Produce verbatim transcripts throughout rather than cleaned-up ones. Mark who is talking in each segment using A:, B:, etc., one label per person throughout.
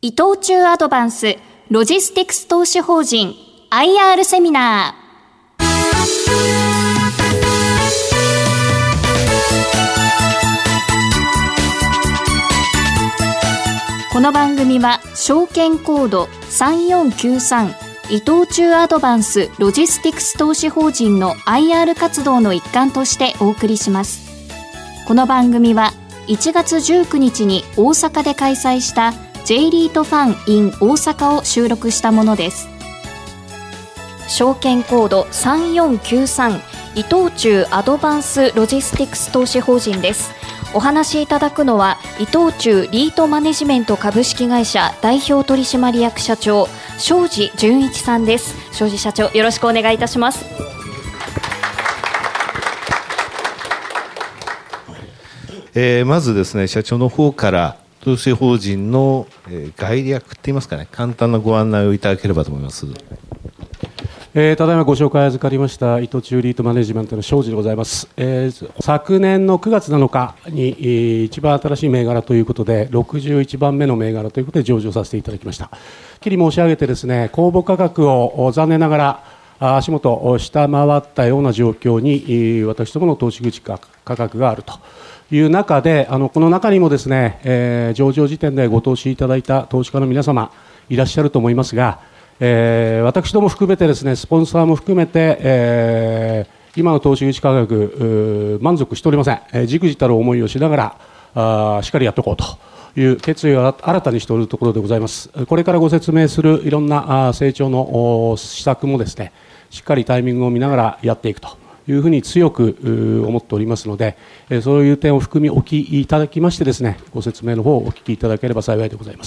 A: 伊藤忠アドバンスロジスティクス投資法人 アイアール セミナー。この番組は証券コードさんよんきゅうさん伊藤忠アドバンスロジスティクス投資法人の アイアール 活動の一環としてお送りします。この番組はいちがつじゅうくにちに大阪で開催した J リートファン in 大阪を収録したものです。証券コードさんよんきゅうさん伊藤忠アドバンスロジスティクス投資法人です。お話しいただくのは伊藤忠リートマネジメント株式会社代表取締役社長庄司純一さんです。庄司社長、よろしくお願いいたします。
B: えー、まずですね、社長の方から投資法人の、えー、概略って言いますかね、簡単なご案内をいただければと思います。
C: えー、ただいまご紹介預かりました伊藤忠リートマネジメントの庄司でございます。えー、昨年のくがつなのかに、えー、一番新しい銘柄ということでろくじゅういちばんめの銘柄ということで上場させていただきました。きり申し上げてですね、公募価格を残念ながら足元を下回ったような状況に私どもの投資口価格があるという中で、あのこの中にもですね、えー、上場時点でご投資いただいた投資家の皆様いらっしゃると思いますが、えー、私ども含めてですね、スポンサーも含めて、えー、今の投資口価格満足しておりません。えー、じくじたる思いをしながらあしっかりやっていこうという決意を新たにしておるところでございます。これからご説明するいろんな成長の施策もですね、しっかりタイミングを見ながらやっていくというふうに強く思っておりますので、そういう点を含みお聞きいただきましてですね、ご説明の方をお聞きいただければ幸いでございます。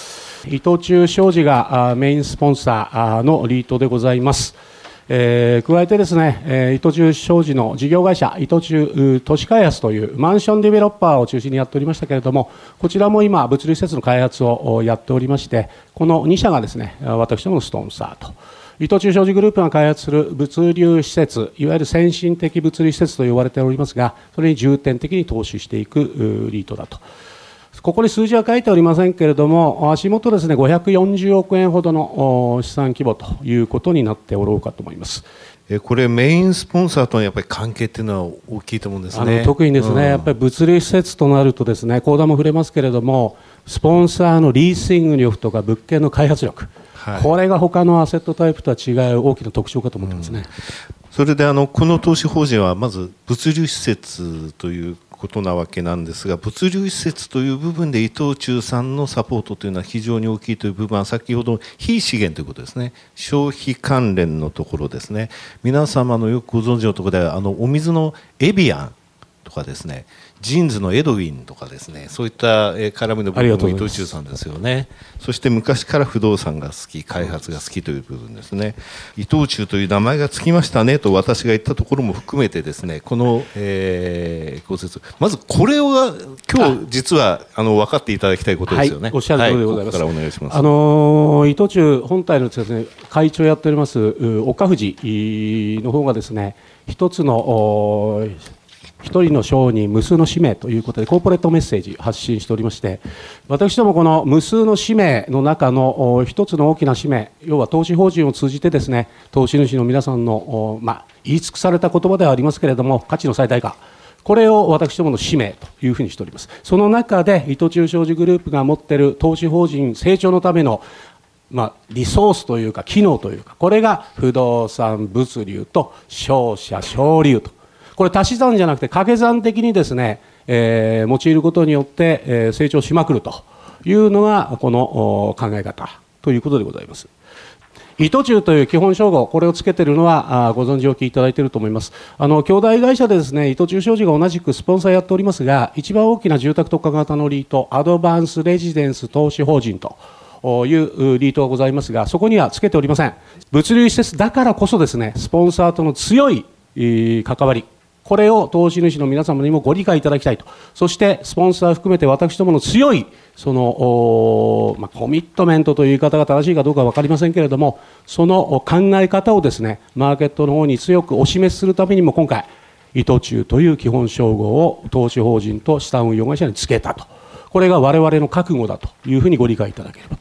C: 伊藤忠商事がメインスポンサーのリートでございます。えー、加えてですね、えー、伊藤忠商事の事業会社伊藤忠都市開発というマンションディベロッパーを中心にやっておりましたけれども、こちらも今物流施設の開発をやっておりまして、このに社がですね、私どものスポンサーと伊藤忠商事グループが開発する物流施設、いわゆる先進的物流施設と呼ばれておりますが、それに重点的に投資していくリートだと。ここに数字は書いておりませんけれども、足元ですね、ごひゃくよんじゅうおくえんほどの資産規模ということになっておろうかと思います。
B: これメインスポンサーとのやっぱり関係っていうのは大きいと思うんですね。
C: あの特にですね、うん、やっぱり物流施設となるとですね、講談も触れますけれども、スポンサーのリーシング力とか物件の開発力、はい、これが他のアセットタイプとは違う大きな特徴かと思ってますね。うん、
B: それであのこの投資法人はまず物流施設ということなわけなんですが、物流施設という部分で伊藤忠さんのサポートというのは非常に大きいという部分は、先ほど非資源ということですね、消費関連のところですね。皆様のよくご存知のところでは、あのお水のエビアンとかですね、ジーンズのエドウィンとかですね、そういった絡みの部分も伊藤忠さんですよね。そして昔から不動産が好き、開発が好きという部分ですね。伊藤忠という名前がつきましたねと私が言ったところも含めてですね、この、えー、ご説まずこれを今日実はあの分かっていただきたいことですよね。
C: はい、おっしゃる通りでございます。
B: はい、ここからお願いします。
C: あのー、伊藤忠本体のですね、会長をやっております岡藤の方がですね、一つの一人の商人無数の使命ということでコーポレートメッセージ発信しておりまして、私どもこの無数の使命の中の一つの大きな使命、要は投資法人を通じてですね、投資主の皆さんの、まあ、言い尽くされた言葉ではありますけれども、価値の最大化、これを私どもの使命というふうにしております。その中で伊藤忠商事グループが持っている投資法人成長のためのまあ、リソースというか機能というか、これが不動産物流と商社商流と、これ足し算じゃなくて掛け算的にですね、えー、用いることによって、えー、成長しまくるというのがこの考え方ということでございます。伊藤忠という基本称号、これをつけているのはあご存知おきいただいていると思います。あの兄弟会社でですね、伊藤忠商事が同じくスポンサーやっておりますが、一番大きな住宅特化型のリート、アドバンスレジデンス投資法人というリートがございますが、そこにはつけておりません。物流施設だからこそですね、スポンサーとの強い関わり、これを投資主の皆様にもご理解いただきたいと。そしてスポンサー含めて私どもの強いその、まあ、コミットメントという言い方が正しいかどうか分かりませんけれども、その考え方をですね、マーケットの方に強くお示しするためにも、今回伊藤忠という基本称号を投資法人と資産運用会社につけたと。これが我々の覚悟だというふうにご理解いただければと。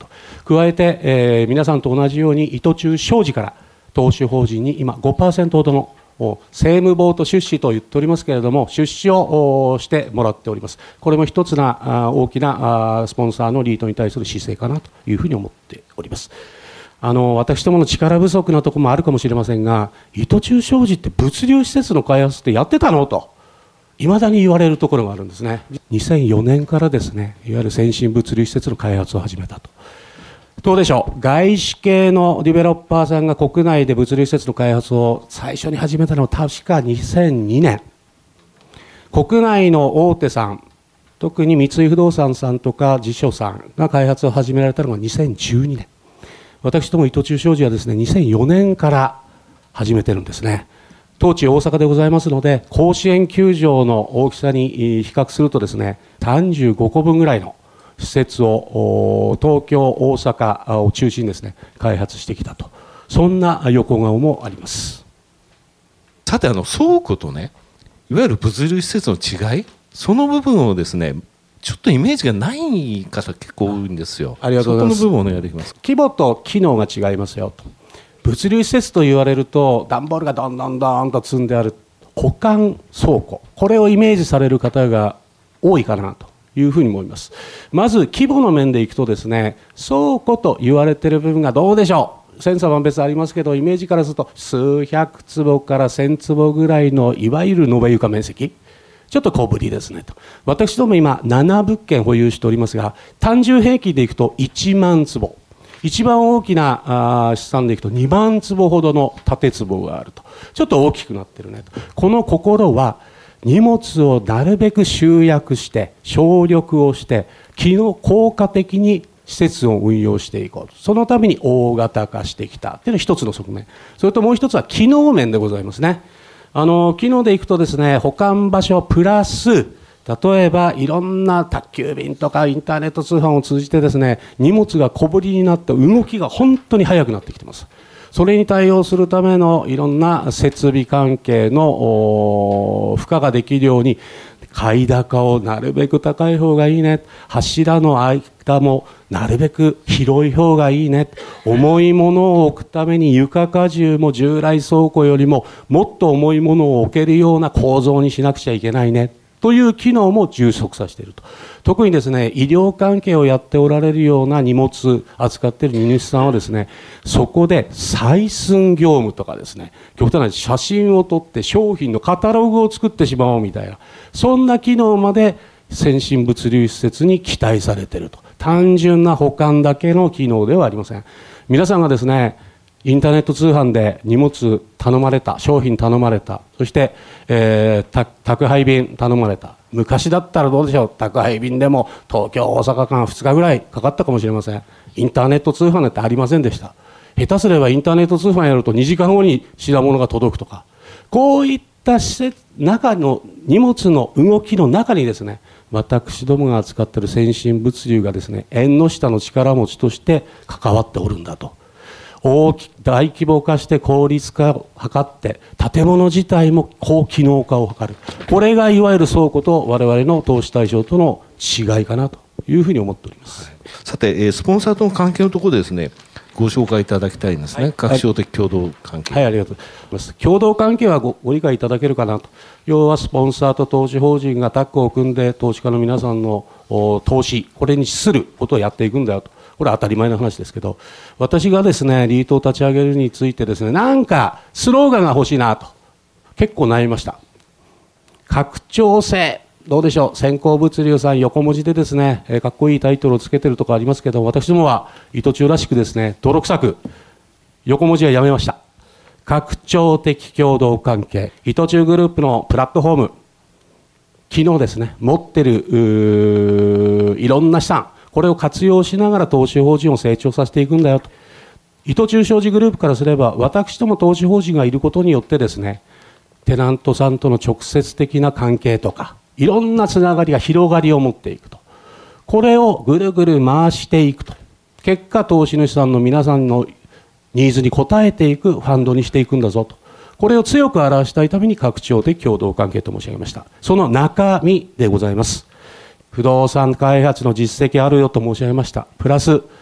C: 加えて、えー、皆さんと同じように伊藤忠商事から投資法人に今 ごパーセント ほどの政務ボート出資と言っておりますけれども、出資をしてもらっております。これも一つな大きなスポンサーのリートに対する姿勢かなというふうに思っております。あの私どもの力不足なところもあるかもしれませんが、伊藤忠商事って物流施設の開発ってやってたのといまだに言われるところがあるんですね。にせんよねんからですね、いわゆる先進物流施設の開発を始めたと。どうでしょう、外資系のディベロッパーさんが国内で物流施設の開発を最初に始めたのは確かにせんにねん。国内の大手さん、特に三井不動産さんとか辞書さんが開発を始められたのがにせんじゅうにねん。私ども伊藤忠商事はですね、にせんよねんから始めてるんですね。当地大阪でございますので、甲子園球場の大きさに比較するとですね、さんじゅうごこぶんぐらいの施設を東京、大阪を中心にですね、開発してきたと、そんな横顔もあります。
B: さて、あの倉庫とね、いわゆる物流施設の違い、その部分をですね、ちょっとイメージがない方結構多いんですよ。
C: ありがとうございます。
B: そこの部分をお願いできますか。
C: 規模と機能が違いますよと。物流施設と言われると段ボールがどんどんどんと積んである保管倉庫、これをイメージされる方が多いかなというふうに思います。まず規模の面でいくとですね、倉庫と言われている部分がどうでしょう、千差万別ありますけど、イメージからすると数百坪から千坪ぐらいのいわゆる延べ床面積、ちょっと小ぶりですねと。私ども今ななぶっけん保有しておりますが、単純平均でいくといちまんつぼ、一番大きな資産でいくとにまんつぼほどの建坪があると。ちょっと大きくなってるねと。この心は荷物をなるべく集約して省力をして機能効果的に施設を運用していこうと、そのために大型化してきたというのが一つの側面。それともう一つは機能面でございますね。あの機能でいくとですね、保管場所プラス例えばいろんな宅急便とかインターネット通販を通じてですね、荷物が小ぶりになって動きが本当に速くなってきています。それに対応するためのいろんな設備関係の負荷ができるように、階高をなるべく高い方がいいね、柱の間もなるべく広い方がいいね、重いものを置くために床荷重も従来倉庫よりももっと重いものを置けるような構造にしなくちゃいけないねという機能も充足させていると。特にですね、医療関係をやっておられるような荷物扱っている荷主さんはですね、そこで採寸業務とかですね、極端な写真を撮って商品のカタログを作ってしまおうみたいな、そんな機能まで先進物流施設に期待されていると。単純な保管だけの機能ではありません。皆さんがですね、インターネット通販で荷物頼まれた、商品頼まれた、そして、えー、宅配便頼まれた。昔だったらどうでしょう、宅配便でも東京大阪間ふつかぐらいかかったかもしれません。インターネット通販なんてありませんでした。下手すればインターネット通販やるとにじかんごに品物が届くとか、こういった施設中の荷物の動きの中にですね、私どもが扱っている先進物流がですね、縁の下の力持ちとして関わっておるんだと。大き大規模化して効率化を図って建物自体も高機能化を図る、これがいわゆる倉庫と我々の投資対象との違いかなというふうに思っております。はい、
B: さて、スポンサーとの関係のところでですね、ご紹介いただきたいんですね。はい、拡張的共同関係。
C: はい、はい、ありがとうございます。共同関係は ご, ご理解いただけるかなと。要はスポンサーと投資法人がタッグを組んで投資家の皆さんの投資、これに資することをやっていくんだよと。これは当たり前の話ですけど、私がですね、リートを立ち上げるについてですね、なんかスローガンが欲しいなと結構悩みました。拡張性、どうでしょう、先行物流さん横文字でですね、えー、かっこいいタイトルをつけてるところありますけど、私どもは伊藤忠らしくですね、泥臭く横文字はやめました。拡張的共同関係、伊藤忠グループのプラットフォーム、昨日ですね、持ってるいろんな資産、これを活用しながら投資法人を成長させていくんだよと。伊藤忠商事グループからすれば、私ども投資法人がいることによってですね、テナントさんとの直接的な関係とか、いろんなつながりが広がりを持っていくと。これをぐるぐる回していくと。結果、投資主さんの皆さんのニーズに応えていくファンドにしていくんだぞと。これを強く表したいために拡張的共同関係と申し上げました。その中身でございます。不動産開発の実績あるよと申し上げました。プラス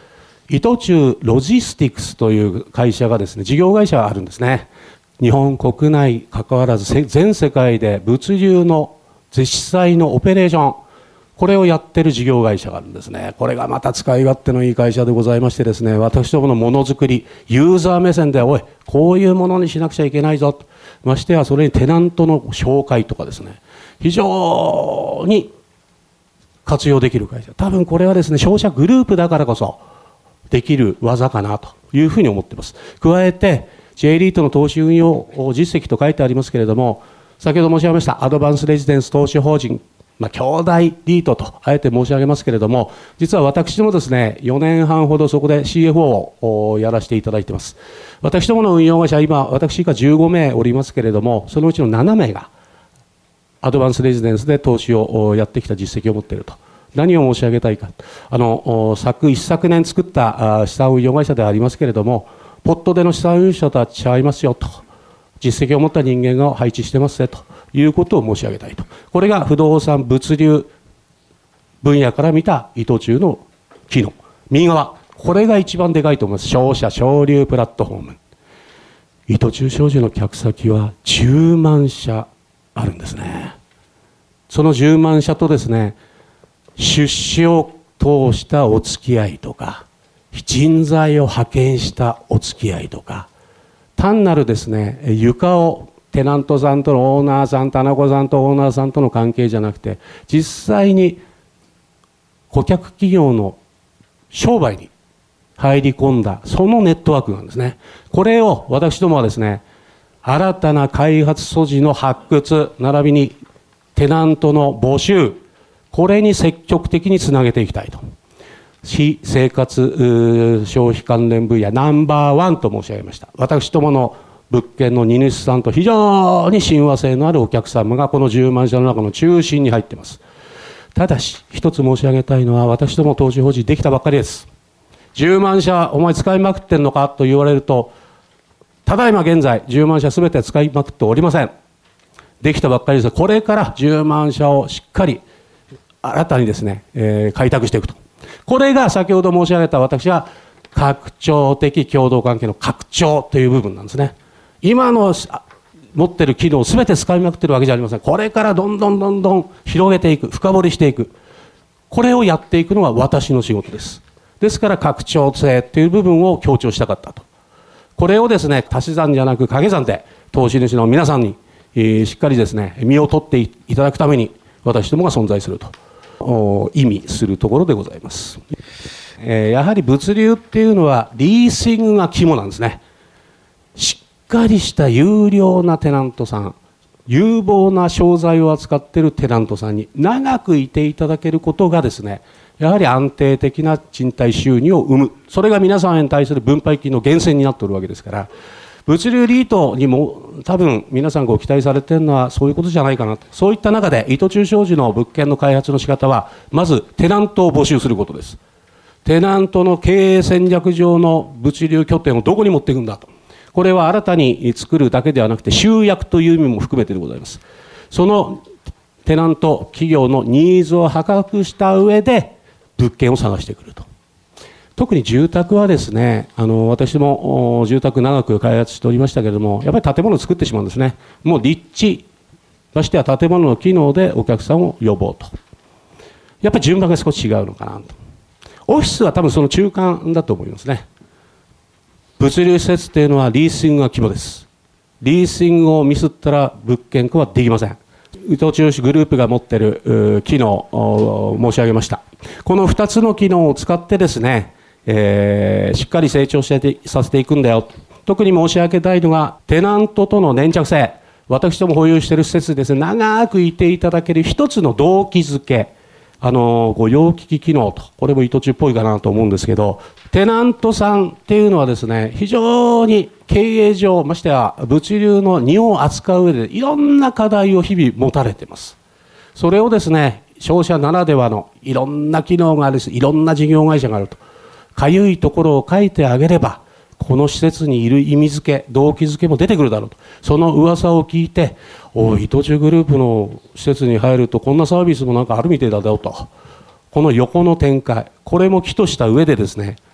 C: 伊藤忠ロジスティクスという会社がですね、事業会社があるんですね。日本国内関わらず全世界で物流の実際のオペレーション、これをやってる事業会社があるんですね。これがまた使い勝手のいい会社でございましてですね、私どものものづくり、ユーザー目線で、おい、こういうものにしなくちゃいけないぞと、ましてやそれにテナントの紹介とかですね、非常に活用できる会社。多分これはですね、商社グループだからこそできる技かなというふうに思っています。加えて J リートの投資運用実績と書いてありますけれども、先ほど申し上げましたアドバンスレジデンス投資法人、まあ、兄弟リートとあえて申し上げますけれども、実は私どもですね、よねんはんほどそこで シーエフオー をやらせていただいています。私どもの運用会社、今私以下じゅうごめいおりますけれども、そのうちのななめいがアドバンスレジデンスで投資をやってきた実績を持っていると。何を申し上げたいか、あの昨一昨年作った資産運用会社でありますけれども、ポットでの資産運用者とは違いますよと、実績を持った人間が配置してますねということを申し上げたいと。これが不動産物流分野から見た伊藤忠の機能、右側、これが一番でかいと思います。商社商流プラットフォーム、伊藤忠商事の客先はじゅうまんしゃあるんですね。そのじゅうまんしゃとですね、出資を通したお付き合いとか、人材を派遣したお付き合いとか、単なるですね、床をテナントさんとのオーナーさん、棚子さんとオーナーさんとの関係じゃなくて、実際に顧客企業の商売に入り込んだ、そのネットワークなんですね。これを私どもはですね、新たな開発素地の発掘、並びにテナントの募集、これに積極的につなげていきたいと。非生活消費関連分野ナンバーワンと申し上げました。私どもの物件の荷主さんと非常に親和性のあるお客様がこのじゅうまんしゃの中の中心に入っています。ただし一つ申し上げたいのは、私ども投資法人できたばっかりです。じゅうまんしゃお前使いまくってんのかと言われると、ただいま現在じゅうまんしゃすべて使いまくっておりません。できたばっかりです。これからじゅうまんしゃをしっかり新たにですね、えー、開拓していくと。これが先ほど申し上げた私は拡張的共同関係の拡張という部分なんですね。今の持っている機能をすべて使いまくっているわけじゃありません。これからどんどんどんどん広げていく、深掘りしていく、これをやっていくのが私の仕事です。ですから拡張性という部分を強調したかったと。これをですね、足し算じゃなく掛け算で投資主の皆さんに、えー、しっかりですね、身を取っていただくために私どもが存在すると意味するところでございます。えー、やはり物流っていうのはリーシングが肝なんですね。しっかりした優良なテナントさん、有望な商材を扱っているテナントさんに長くいていただけることがですね、やはり安定的な賃貸収入を生む、それが皆さんに対する分配金の源泉になっているわけですから、物流リートにも多分皆さんご期待されているのはそういうことじゃないかなと。そういった中で伊藤忠商事の物件の開発の仕方は、まずテナントを募集することです。テナントの経営戦略上の物流拠点をどこに持っていくんだと。これは新たに作るだけではなくて集約という意味も含めてでございます。そのテナント企業のニーズを把握した上で物件を探してくると。特に住宅はですね、あの私も住宅長く開発しておりましたけれども、やっぱり建物を作ってしまうんですね。もう立地、ましてや建物の機能でお客さんを呼ぼうと。やっぱり順番が少し違うのかなと。オフィスは多分その中間だと思いますね。物流施設というのはリーシングが肝です。リーシングをミスったら物件化はできません。伊藤忠グループが持っている機能を申し上げました。このふたつの機能を使ってですね、えー、しっかり成長してさせていくんだよ。特に申し上げたいのがテナントとの粘着性。私ども保有している施設ですね、長くいていただける一つの動機づけ、あの御用聞き機能と、これも伊藤忠っぽいかなと思うんですけど、テナントさんっていうのはですね、非常に経営上、ましてや物流の荷を扱う上でいろんな課題を日々持たれています。それをですね、商社ならではのいろんな機能があるし、いろんな事業会社があると、かゆいところを書いてあげれば、この施設にいる意味付け、動機づけも出てくるだろうと。その噂を聞いて、おい、伊藤忠グループの施設に入るとこんなサービスもなんかあるみたいだよと。この横の展開、これも期とした上でですね、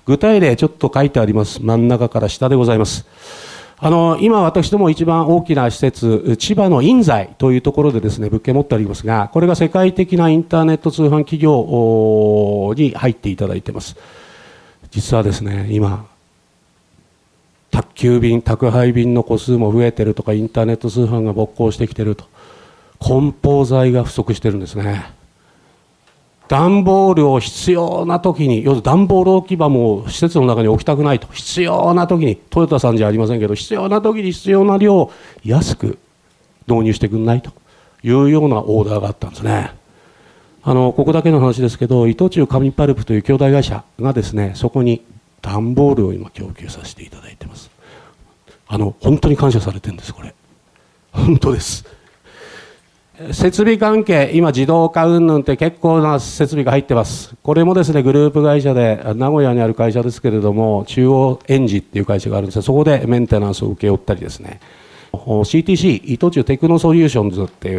C: 具体例ちょっと書いてあります。真ん中から下でございます。あの今私ども一番大きな施設、千葉の印西というところでですね物件持っておりますが、これが世界的なインターネット通販企業に入っていただいています。実はですね、今宅急便、宅配便の個数も増えてるとか、インターネット通販が勃興してきてると、梱包材が不足してるんですね。段ボールを必要な時に、要するに段ボール置き場も施設の中に置きたくないと、必要な時に、トヨタさんじゃありませんけど、必要な時に必要な量を安く導入してくんないというようなオーダーがあったんですね。あのここだけの話ですけど、伊藤忠紙パルプという兄弟会社がですね、そこに段ボールを今供給させていただいています。あの本当に感謝されてるんです。これ本当です。設備関係、今自動化云々って結構な設備が入ってます。これもですねグループ会社で名古屋にある会社ですけれども、中央エンジっていう会社があるんですが、そこでメンテナンスを請け負ったりですね、 シーティーシー 伊藤忠テクノソリューションズっていう、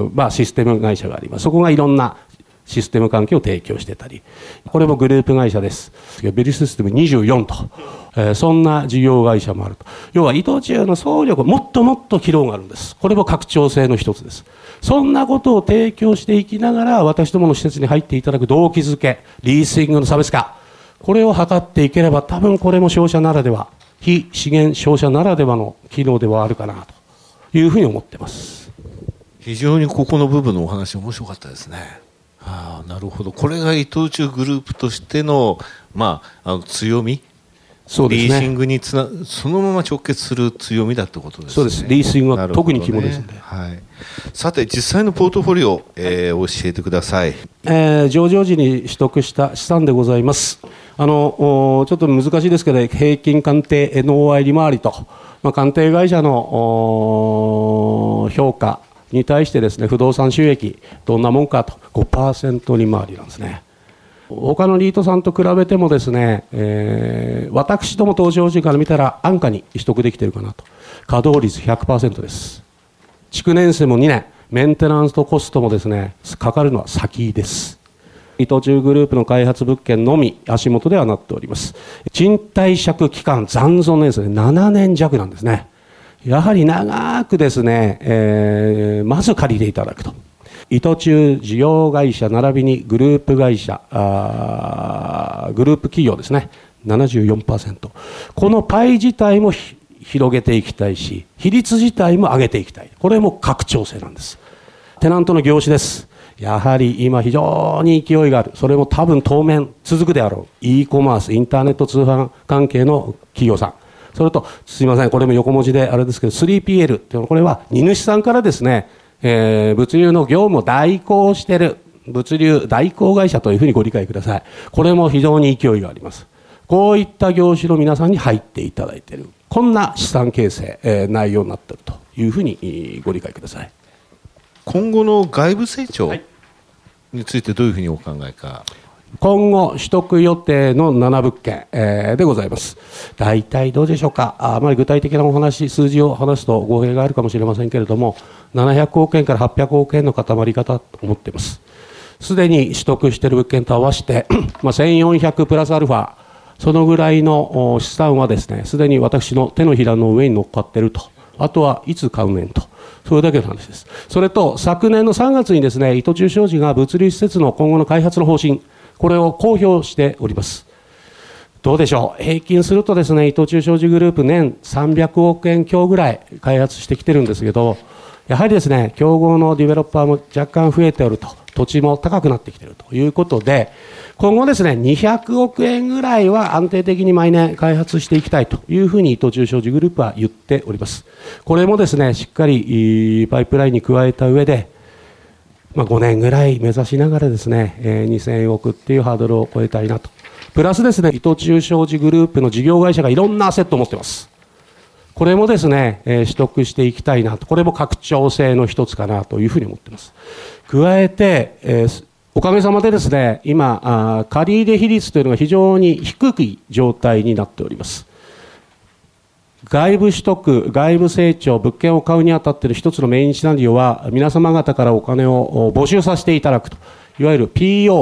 C: うまあ、システム会社があります。そこがいろんなシステム関係を提供してたり、これもグループ会社です。ベルシステムにじゅうよんと、えー、そんな事業会社もあると。要は伊藤忠の総力、もっともっと機能があるんです。これも拡張性の一つです。そんなことを提供していきながら、私どもの施設に入っていただく動機づけ、リーシングの差別化、これを図っていければ、多分これも商社ならでは、非資源商社ならではの機能ではあるかなというふうに思っています。
B: 非常にここの部分のお話面白かったですね。ああ、なるほど。これが伊藤忠グループとしての、まあ、あの強み、そうですね、リーシングにつな、そのまま直結する強みだってことですね。
C: そうです。リーシングは特に肝ですので、ね。
B: はい。さて実際のポートフォリオ、えー、教えてください。
C: えー、上場時に取得した資産でございます。あのちょっと難しいですけど、平均鑑定 エヌオーアイ 利回りと、まあ、鑑定会社の評価に対してですね、不動産収益どんなもんかと ごパーセント 利回りなんですね。他のリートさんと比べてもですね、えー、私ども投資法人から見たら安価に取得できているかなと。稼働率 ひゃくパーセント です。築年数もにねん、メンテナンスとコストもですねかかるのは先です。伊藤忠グループの開発物件のみ足元ではなっております。賃貸借期間残存年数でななねん弱なんですね。やはり長くですね、えー、まず借りていただくと。伊藤忠事業会社並びにグループ会社、あグループ企業ですね、ななじゅうよんパーセント。このパイ自体も広げていきたいし、比率自体も上げていきたい。これも拡張性なんです。テナントの業種です。やはり今非常に勢いがある。それも多分当面続くであろう。e コマース、インターネット通販関係の企業さん。それと、すいません、これも横文字であれですけど、スリーピーエル っていうのは、これは荷主さんからですね、えー、物流の業務を代行している物流代行会社というふうにご理解ください。これも非常に勢いがあります。こういった業種の皆さんに入っていただいている、こんな資産形成、えー、内容になっているというふうにご理解ください。
B: 今後の外部成長についてどういうふうにお考えか。
C: 今後取得予定のなな物件、えー、でございます。大体どうでしょうか。あまり具体的なお話、数字を話すと語弊があるかもしれませんけれども、ななひゃくおくえんからはっぴゃくおくえんの固まり方と思っています。すでに取得している物件と合わせてまあせんよんひゃくプラスアルファ、そのぐらいの資産はですね、すでに私の手のひらの上に乗っかっていると。あとはいつ買うねんと。それだけの話です。それと昨年のさんがつにですね、伊藤忠商事が物流施設の今後の開発の方針、これを公表しております。どうでしょう。平均するとですね、伊藤忠商事グループ年さんびゃくおくえん強ぐらい開発してきてるんですけど、やはりですね、競合のディベロッパーも若干増えておると、土地も高くなってきているということで、今後ですね、にひゃくおくえんぐらいは安定的に毎年開発していきたいというふうに伊藤忠商事グループは言っております。これもですね、しっかりパイプラインに加えた上で、まあ、ごねんぐらい目指しながらですね、えー、にせんおくっていうハードルを超えたいなと。プラスですね、伊藤忠商事グループの事業会社がいろんなアセットを持っています。これもですね、えー、取得していきたいなと。これも拡張性の一つかなというふうに思っています。加えて、えー、おかげさまでですね、今あ借入比率というのが非常に低い状態になっております。外部取得、外部成長、物件を買うにあたっている一つのメインシナリオは、皆様方からお金を募集させていただくと、いわゆる ピーオー、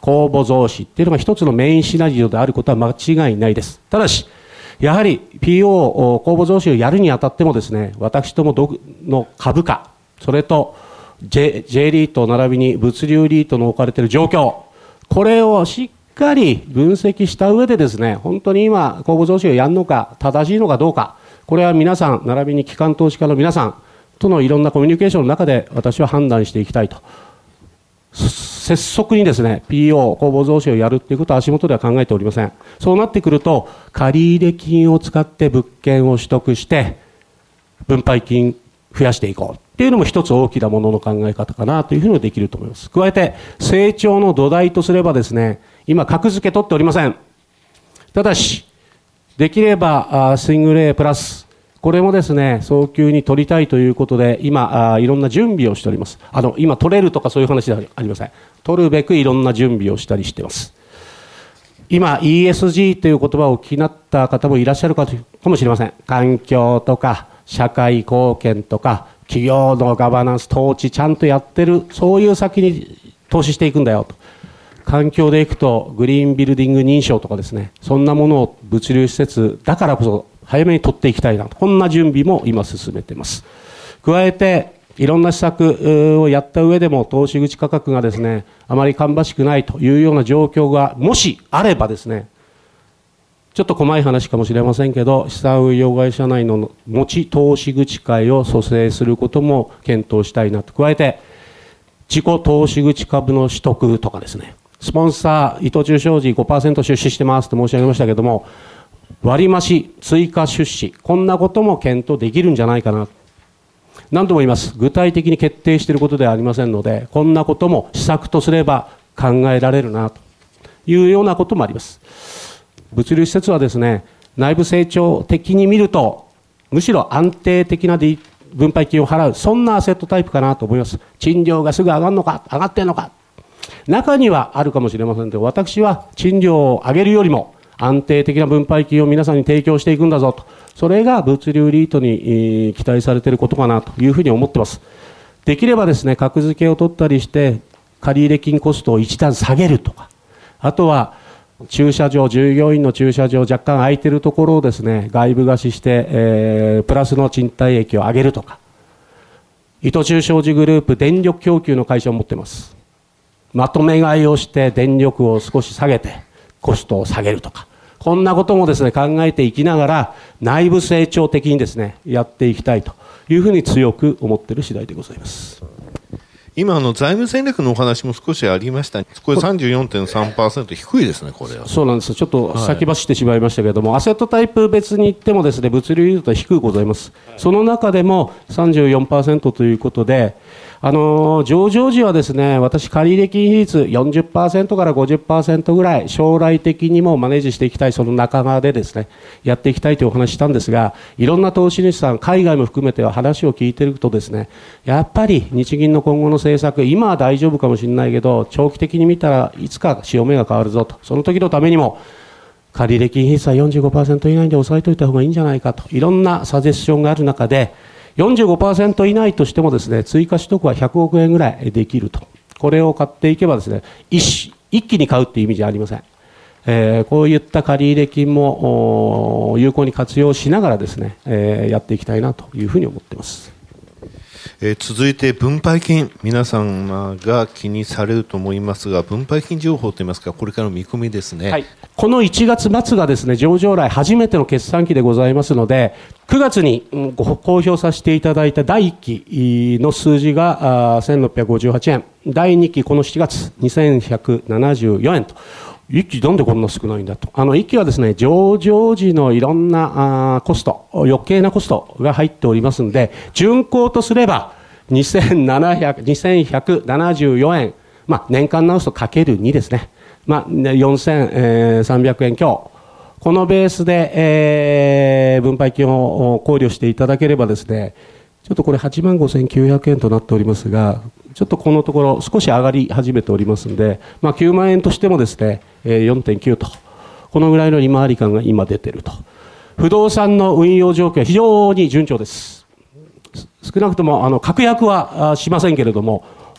C: 公募増資っていうのが一つのメインシナリオであることは間違いないです。ただし、やはり ピーオー 公募増資をやるにあたってもですね、私どもの株価、それと J, J リート並びに物流リートの置かれている状況、これをしっかり分析した上でですね、本当に今公募増資をやるのか正しいのかどうか、これは皆さん並びに機関投資家の皆さんとのいろんなコミュニケーションの中で私は判断していきたいと。拙速にですね ピーオー 公募増資をやるということは足元では考えておりません。そうなってくると借入金を使って物件を取得して分配金増やしていこうっていうのも一つ大きなものの考え方かなというふうにできると思います。加えて成長の土台とすればですね、今格付け取っておりません。ただしできればシングル A プラス、これもですね早急に取りたいということで今いろんな準備をしております。あの今取れるとかそういう話ではありません。取るべくいろんな準備をしたりしています。今 イーエスジー という言葉を気になった方もいらっしゃるかもしれません。環境とか社会貢献とか企業のガバナンス統治ちゃんとやってる、そういう先に投資していくんだよと。環境でいくとグリーンビルディング認証とかですね、そんなものを物流施設だからこそ早めに取っていきたいなと、こんな準備も今進めています。加えていろんな施策をやった上でも投資口価格がですねあまり芳しくないというような状況がもしあればですね、ちょっと細い話かもしれませんけど資産運用会社内の持ち投資口会を蘇生することも検討したいなと。加えて自己投資口株の取得とかですね、スポンサー伊藤忠商事 ごパーセント 出資してますと申し上げましたけども、割増追加出資、こんなことも検討できるんじゃないかな。何度も言います。具体的に決定していることではありませんので、こんなことも施策とすれば考えられるなというようなこともあります。物流施設はですね、内部成長的に見るとむしろ安定的な分配金を払う、そんなアセットタイプかなと思います。賃料がすぐ上がるのか上がってんのか、中にはあるかもしれませんけど、私は賃料を上げるよりも安定的な分配金を皆さんに提供していくんだぞと、それが物流リートに期待されていることかなというふうに思っています。できればですね、格付けを取ったりして借入金コストを一段下げるとか、あとは駐車場、従業員の駐車場若干空いているところをですね外部貸しして、えー、プラスの賃貸益を上げるとか、伊藤忠商事グループ電力供給の会社を持っています。まとめ買いをして電力を少し下げてコストを下げるとか、こんなこともですね考えていきながら内部成長的にですねやっていきたいというふうに強く思っている次第でございます。
B: 今あの財務戦略のお話も少しありました。これ さんじゅうよんてんさんパーセント 低いですね。これは
C: そうなんです。ちょっと先走ってしまいましたけれども、はい、アセットタイプ別に言ってもですね物流リートは低くございます。その中でも さんじゅうよんパーセント ということで、あのー、上場時はですね私借入金比率 よんじゅっパーセント から ごじゅっパーセント ぐらい将来的にもマネージしていきたい、その仲間でですねやっていきたいというお話したんですが、いろんな投資主さん海外も含めては話を聞いているとですね、やっぱり日銀の今後の政策、今は大丈夫かもしれないけど長期的に見たらいつか潮目が変わるぞと、その時のためにも借入金比率は よんじゅうごパーセント 以内で抑えておいた方がいいんじゃないかといろんなサジェッションがある中で、よんじゅうごパーセント 以内としてもですね追加取得はひゃくおくえんぐらいできると、これを買っていけばですね 一, 一気に買うという意味じゃありません。えー、こういった借入金も有効に活用しながらですね、えー、やっていきたいなというふうに思っています。
B: えー、続いて分配金、皆様が気にされると思いますが、分配金情報といいますかこれからの見込みですね。はい、
C: このいちがつ末がですね上場来初めての決算期でございますので、くがつにご公表させていただいただいいっきの数字がせんろっぴゃくごじゅうはちえん、だいにきこのしちがつにせんひゃくななじゅうよえんと、いっきなんでこんな少ないんだと、あのいっきはですね上場時のいろんなあコスト、余計なコストが入っておりますので、純項とすればにせんひゃくななじゅうよえん、まあ、年間直すとかけるにですね、まあ、よんせんさんびゃくえん強、このベースで、えー、分配金を考慮していただければですね、ちょっとこれはちまんごせんきゅうひゃくえんとなっておりますが、ちょっとこのところ少し上がり始めておりますので、まあ、きゅうまんえんとしてもですね よんてんきゅう とこのぐらいの利回り感が今出ていると。不動産の運用状況は非常に順調です。少なくともあの確約はしませんけれども、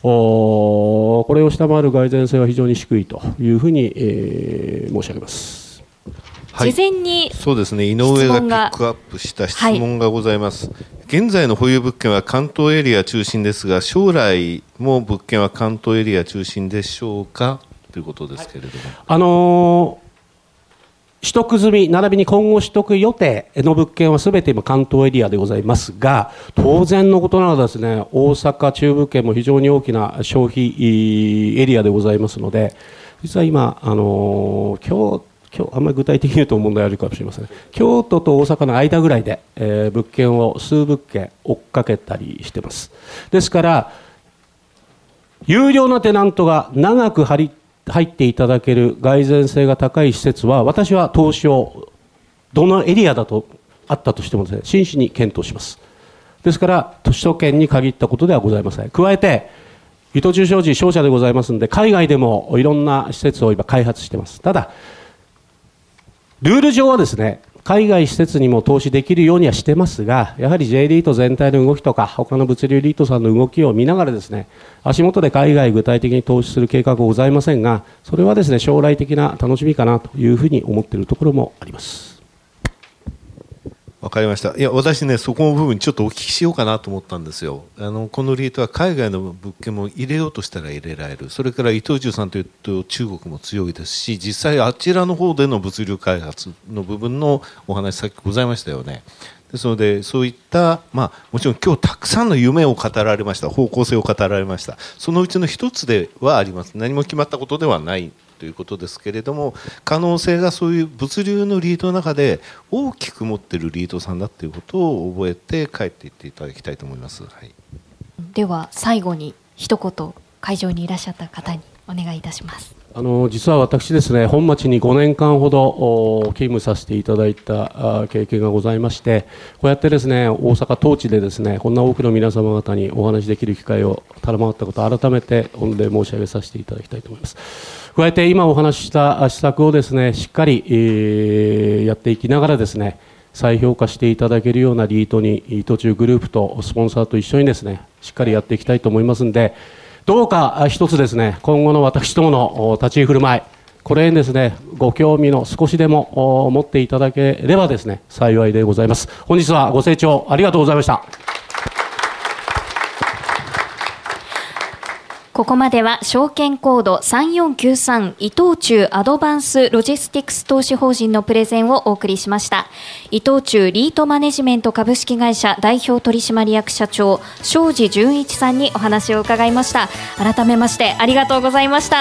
C: これを下回る蓋然性は非常に低いというふうに、えー、申し上げます。
B: はい、
A: 事前に
B: そうですね、井上がピックアップした質問がございます、はい、現在の保有物件は関東エリア中心ですが、将来も物件は関東エリア中心でしょうかということですけれども、はい、
C: あのー、取得済み並びに今後取得予定の物件はすべて今関東エリアでございますが、当然のことならですね、大阪中部圏も非常に大きな消費エリアでございますので、実は今、あのー、今日今日あんまり具体的に言うと問題あるかもしれません。京都と大阪の間ぐらいで、えー、物件を数物件追っかけたりしてます。ですから有料なテナントが長く入っていただける蓋然性が高い施設は、私は投資をどのエリアだとあったとしてもですね、真摯に検討します。ですから首都圏に限ったことではございません。加えて伊藤忠商事商社でございますので、海外でもいろんな施設を今開発しています。ただルール上はですね、海外施設にも投資できるようにはしてますが、やはり J リート全体の動きとか他の物流リートさんの動きを見ながらですね、足元で海外具体的に投資する計画はございませんが、それはですね、将来的な楽しみかなというふうに思っているところもあります。
B: わかりました。いや、私ね、そこの部分ちょっとお聞きしようかなと思ったんですよ。あのこのリートは海外の物件も入れようとしたら入れられる。それから伊藤忠さんというと中国も強いですし、実際あちらの方での物流開発の部分のお話さっきございましたよね。ですのでそういった、まあ、もちろん今日たくさんの夢を語られました、方向性を語られました。そのうちの一つではあります。何も決まったことではないということですけれども、可能性がそういう物流のリードの中で大きく持っているリードさんだということを覚えて帰っていっていただきたいと思います、はい、
A: では最後に一言会場にいらっしゃった方にお願いいたします。
C: あの実は私ですね、本町にごねんかんほど勤務させていただいた経験がございまして、こうやってですね、大阪当地でですね、こんな多くの皆様方にお話しできる機会を賜ったことを改めて御礼申し上げさせていただきたいと思います。加えて今お話しした施策をですね、しっかり、えー、やっていきながらですね、再評価していただけるようなリートに伊藤忠グループとスポンサーと一緒にですね、しっかりやっていきたいと思いますので、どうか一つですね、今後の私どもの立ち居振る舞い、これにですね、ご興味の少しでも持っていただければですね、幸いでございます。本日はご清聴ありがとうございました。
A: ここまでは証券コードさんよんきゅうさん伊藤忠アドバンスロジスティクス投資法人のプレゼンをお送りしました。伊藤忠リートマネジメント株式会社代表取締役社長庄司純一さんにお話を伺いました。改めましてありがとうございました。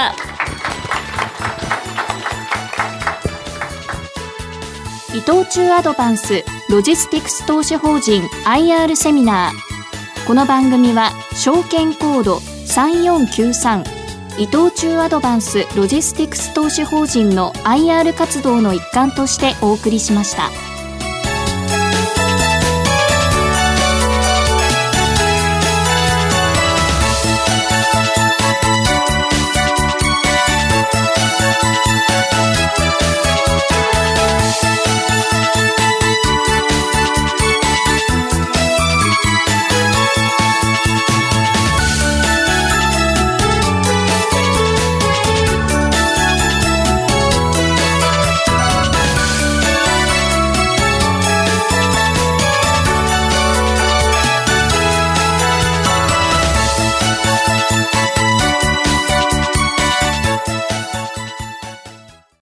A: 伊藤忠アドバンスロジスティクス投資法人 アイアール セミナー。この番組は証券コードさんよんきゅうさん伊藤忠アドバンスロジスティクス投資法人の アイアール 活動の一環としてお送りしました。